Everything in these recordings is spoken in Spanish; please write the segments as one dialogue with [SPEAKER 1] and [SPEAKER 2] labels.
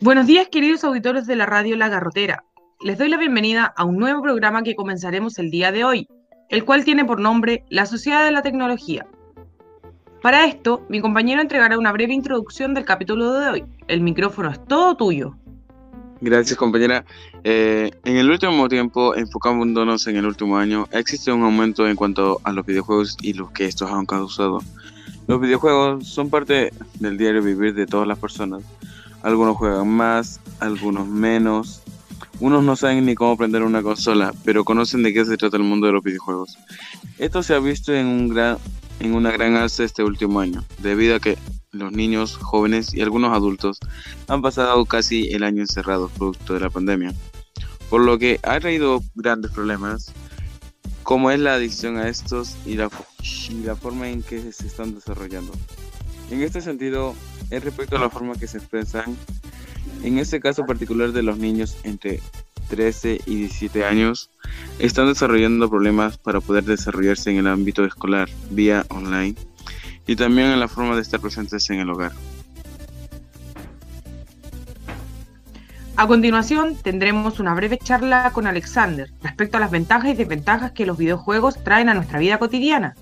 [SPEAKER 1] Buenos días, queridos auditores de la radio La Garrotera. Les doy la bienvenida a un nuevo programa que comenzaremos el día de hoy, el cual tiene por nombre La Sociedad de la Tecnología. Para esto, mi compañero entregará una breve introducción del capítulo de hoy. El micrófono es todo tuyo.
[SPEAKER 2] Gracias, compañera. En el último tiempo, enfocándonos en el último año, existe un aumento en cuanto a los videojuegos y lo que estos han causado. Los videojuegos son parte del diario vivir de todas las personas. Algunos juegan más, algunos menos. Unos no saben ni cómo prender una consola, pero conocen de qué se trata el mundo de los videojuegos. Esto se ha visto en una gran alza este último año, debido a que los niños, jóvenes y algunos adultos han pasado casi el año encerrados producto de la pandemia, por lo que ha traído grandes problemas, como es la adicción a estos y la forma en que se están desarrollando. En este sentido, es respecto a la forma que se expresan, en este caso particular de los niños entre 13 y 17 años, están desarrollando problemas para poder desarrollarse en el ámbito escolar vía online y también en la forma de estar presentes en el hogar.
[SPEAKER 1] A continuación, tendremos una breve charla con Alexander respecto a las ventajas y desventajas que los videojuegos traen a nuestra vida cotidiana.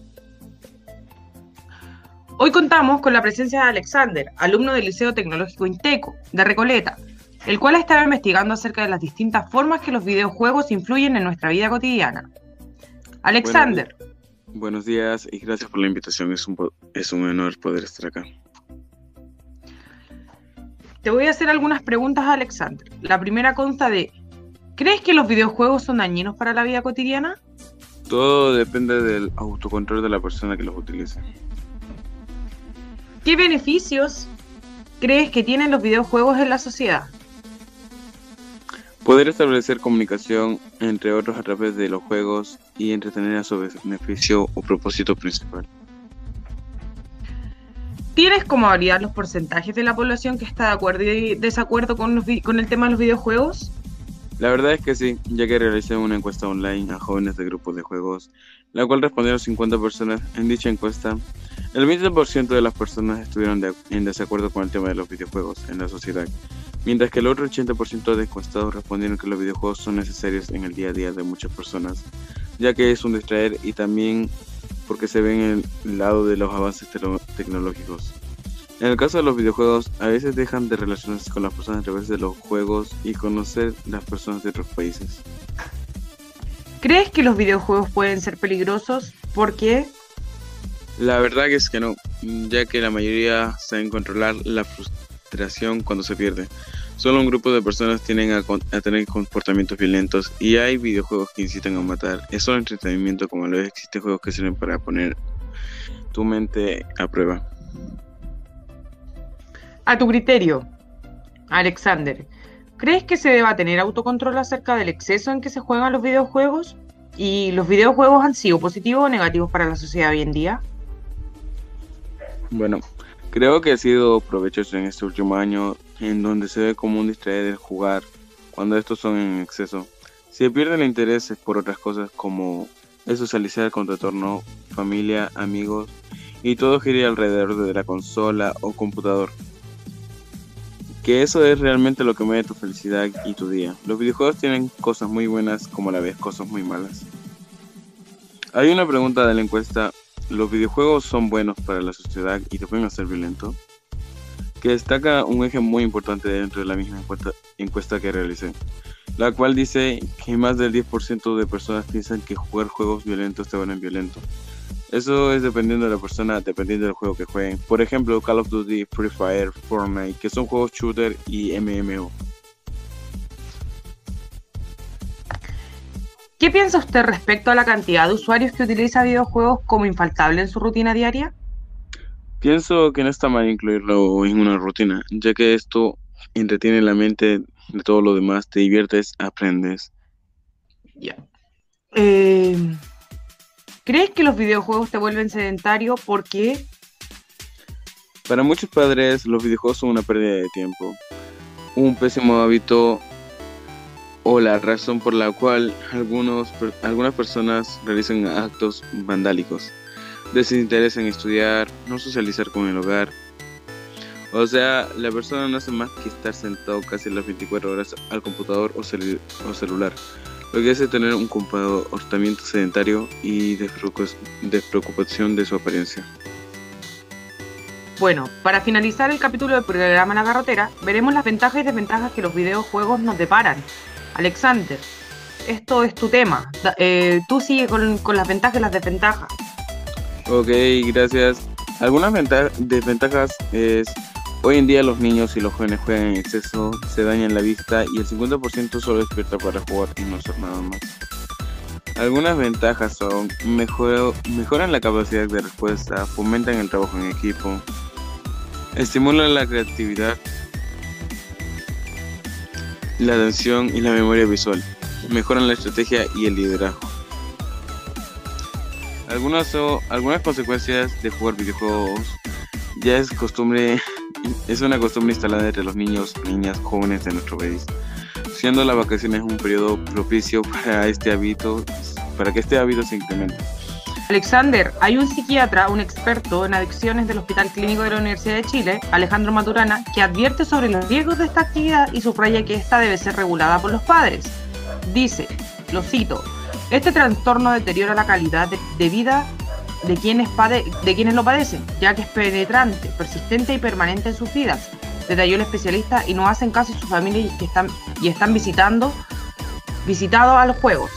[SPEAKER 1] Hoy contamos con la presencia de Alexander, alumno del Liceo Tecnológico Inteco, de Recoleta, el cual estará investigando acerca de las distintas formas que los videojuegos influyen en nuestra vida cotidiana. Alexander.
[SPEAKER 2] Buenos días y gracias por la invitación, es un honor poder estar acá.
[SPEAKER 1] Te voy a hacer algunas preguntas a Alexander. La primera consta de, ¿crees que los videojuegos son dañinos para la vida cotidiana?
[SPEAKER 2] Todo depende del autocontrol de la persona que los utilice.
[SPEAKER 1] ¿Qué beneficios crees que tienen los videojuegos en la sociedad?
[SPEAKER 2] Poder establecer comunicación entre otros a través de los juegos y entretener a su beneficio o propósito principal.
[SPEAKER 1] ¿Tienes como variar los porcentajes de la población que está de acuerdo y desacuerdo con el tema de los videojuegos?
[SPEAKER 2] La verdad es que sí, ya que realicé una encuesta online a jóvenes de grupos de juegos, la cual respondieron 50 personas. En dicha encuesta, el 20% de las personas estuvieron en desacuerdo con el tema de los videojuegos en la sociedad, mientras que el otro 80% de encuestados respondieron que los videojuegos son necesarios en el día a día de muchas personas, ya que es un distraer y también porque se ven en el lado de los avances tecnológicos. En el caso de los videojuegos, a veces dejan de relacionarse con las personas a través de los juegos y conocer las personas de otros países.
[SPEAKER 1] ¿Crees que los videojuegos pueden ser peligrosos? ¿Por qué?
[SPEAKER 2] La verdad que es que no, ya que la mayoría saben controlar la frustración cuando se pierde. Solo un grupo de personas tienden a tener comportamientos violentos y hay videojuegos que incitan a matar. Es solo entretenimiento, como a la vez existen juegos que sirven para poner tu mente a prueba.
[SPEAKER 1] A tu criterio, Alexander, ¿crees que se deba tener autocontrol acerca del exceso en que se juegan los videojuegos? ¿Y los videojuegos han sido positivos o negativos para la sociedad hoy en día?
[SPEAKER 2] Bueno, creo que ha sido provechoso en este último año, en donde se ve como un distraer el jugar cuando estos son en exceso. Se pierde el interés por otras cosas como el socializar con tu entorno, familia, amigos, y todo gira alrededor de la consola o computador. Que eso es realmente lo que mide tu felicidad y tu día. Los videojuegos tienen cosas muy buenas como a la vez cosas muy malas. Hay una pregunta de la encuesta: ¿los videojuegos son buenos para la sociedad y te pueden hacer violento? Que destaca un eje muy importante dentro de la misma encuesta que realicé, la cual dice que más del 10% de personas piensan que jugar juegos violentos te vuelven violento. Eso es dependiendo de la persona, dependiendo del juego que jueguen. Por ejemplo, Call of Duty, Free Fire, Fortnite, que son juegos shooter y MMO.
[SPEAKER 1] ¿Qué piensa usted respecto a la cantidad de usuarios que utiliza videojuegos como infaltable en su rutina diaria?
[SPEAKER 2] Pienso que no está mal incluirlo en una rutina, ya que esto entretiene la mente de todo lo demás, te diviertes, aprendes.
[SPEAKER 1] Ya. Eh, ¿Crees que los videojuegos te vuelven sedentario? ¿Por qué?
[SPEAKER 2] Para muchos padres, los videojuegos son una pérdida de tiempo, un pésimo hábito o la razón por la cual algunas personas realizan actos vandálicos, desinterés en estudiar, no socializar con el hogar O sea, la persona no hace más que estar sentado casi las 24 horas al computador o celular, lo que hace tener un comportamiento sedentario y despreocupación de su apariencia.
[SPEAKER 1] Bueno, para finalizar el capítulo del programa La Garrotera, veremos las ventajas y desventajas que los videojuegos nos deparan. Alexander, esto es tu tema. Tú sigue con las ventajas y las desventajas.
[SPEAKER 2] Ok, gracias. Algunas desventajas es: hoy en día los niños y los jóvenes juegan en exceso, se dañan la vista y el 50% solo despierta para jugar y no hacer nada más. Algunas ventajas son: mejoran la capacidad de respuesta, fomentan el trabajo en equipo, estimulan la creatividad, la atención y la memoria visual, mejoran la estrategia y el liderazgo. Algunas consecuencias de jugar videojuegos: ya es una costumbre instalada entre los niños, niñas, jóvenes de nuestro país, siendo las vacaciones un periodo propicio para que este hábito se incremente.
[SPEAKER 1] Alexander, hay un psiquiatra, un experto en adicciones del Hospital Clínico de la Universidad de Chile, Alejandro Maturana, que advierte sobre los riesgos de esta actividad y subraya que esta debe ser regulada por los padres. Dice, lo cito: este trastorno deteriora la calidad de vida de quienes lo padecen, ya que es penetrante, persistente y permanente en sus vidas, detalló el especialista, y no hacen caso a sus familias y están incitados a los juegos.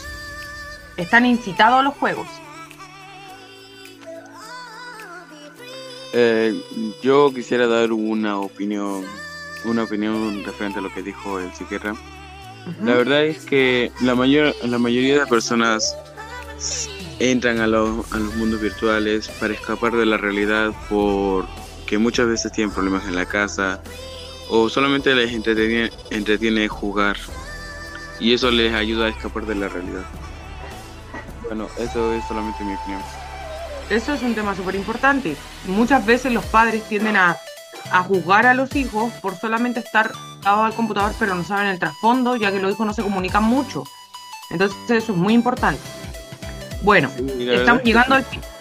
[SPEAKER 2] Yo quisiera dar una opinión referente a lo que dijo el psiquiatra.
[SPEAKER 1] Uh-huh.
[SPEAKER 2] La verdad es que la mayoría de las personas entran a los mundos virtuales para escapar de la realidad, porque muchas veces tienen problemas en la casa o solamente les entretiene jugar, y eso les ayuda a escapar de la realidad. Bueno, eso es solamente mi opinión.
[SPEAKER 1] Eso es un tema súper importante. Muchas veces los padres tienden a juzgar a los hijos por solamente estar pegados al computador, pero no saben el trasfondo, ya que los hijos no se comunican mucho. Entonces eso es muy importante. Bueno, estamos llegando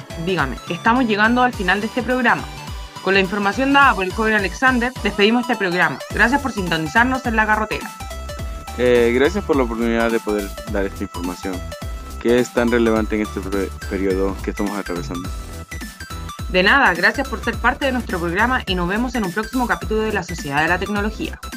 [SPEAKER 1] al final de este programa. Con la información dada por el joven Alexander, despedimos este programa. Gracias por sintonizarnos en La Garrotera.
[SPEAKER 2] Gracias por la oportunidad de poder dar esta información, que es tan relevante en este periodo que estamos atravesando.
[SPEAKER 1] De nada, gracias por ser parte de nuestro programa y nos vemos en un próximo capítulo de La Sociedad de la Tecnología.